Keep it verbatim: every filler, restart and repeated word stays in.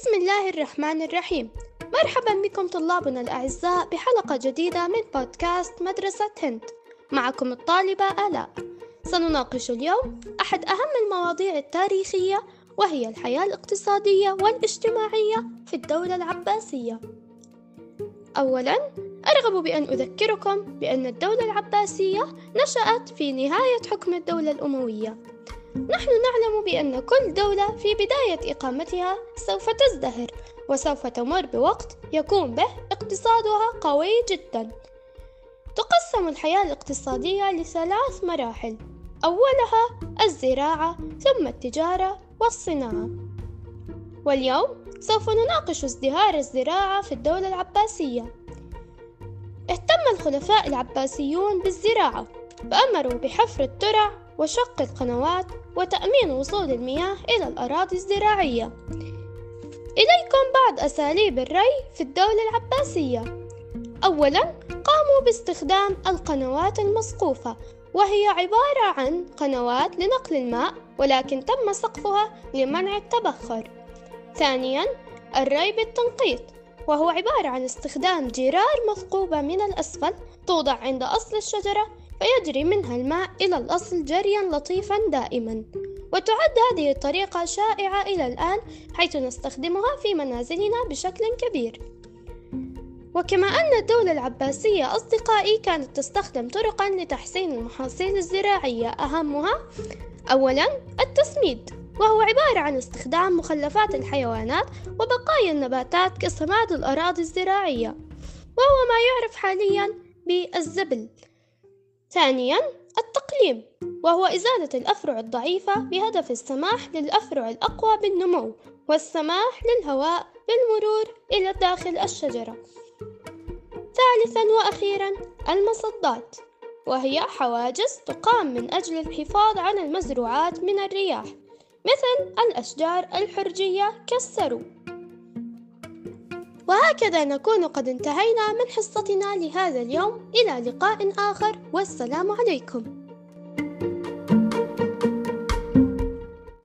بسم الله الرحمن الرحيم. مرحبا بكم طلابنا الأعزاء بحلقة جديدة من بودكاست مدرسة هند. معكم الطالبة آلاء. سنناقش اليوم أحد أهم المواضيع التاريخية، وهي الحياة الاقتصادية والاجتماعية في الدولة العباسية. أولاً، أرغب بأن أذكركم بأن الدولة العباسية نشأت في نهاية حكم الدولة الأموية. نحن نعلم بأن كل دولة في بداية إقامتها سوف تزدهر، وسوف تمر بوقت يكون به اقتصادها قوي جدا. تقسم الحياة الاقتصادية لثلاث مراحل: أولها الزراعة، ثم التجارة والصناعة. واليوم سوف نناقش ازدهار الزراعة في الدولة العباسية. اهتم الخلفاء العباسيون بالزراعة، فأمروا بحفر الترع وشق القنوات وتأمين وصول المياه إلى الأراضي الزراعية. إليكم بعض أساليب الري في الدولة العباسية. أولاً، قاموا باستخدام القنوات المسقوفة، وهي عبارة عن قنوات لنقل الماء، ولكن تم سقفها لمنع التبخر. ثانياً، الري بالتنقيط، وهو عبارة عن استخدام جرار مثقوبة من الأسفل توضع عند أصل الشجرة، فيجري منها الماء إلى الأصل جرياً لطيفاً دائماً. وتعد هذه الطريقة شائعة إلى الآن، حيث نستخدمها في منازلنا بشكل كبير. وكما أن الدولة العباسية أصدقائي كانت تستخدم طرقاً لتحسين المحاصيل الزراعية، أهمها أولاً التسميد، وهو عبارة عن استخدام مخلفات الحيوانات وبقايا النباتات كسماد الأراضي الزراعية، وهو ما يعرف حالياً بالزبل. ثانياً التقليم، وهو إزالة الأفرع الضعيفة بهدف السماح للأفرع الأقوى بالنمو والسماح للهواء بالمرور إلى داخل الشجرة. ثالثاً وأخيراً المصدات، وهي حواجز تقام من أجل الحفاظ على المزروعات من الرياح، مثل الأشجار الحرجية كالسرو. وهكذا نكون قد انتهينا من حصتنا لهذا اليوم. إلى لقاء آخر، والسلام عليكم.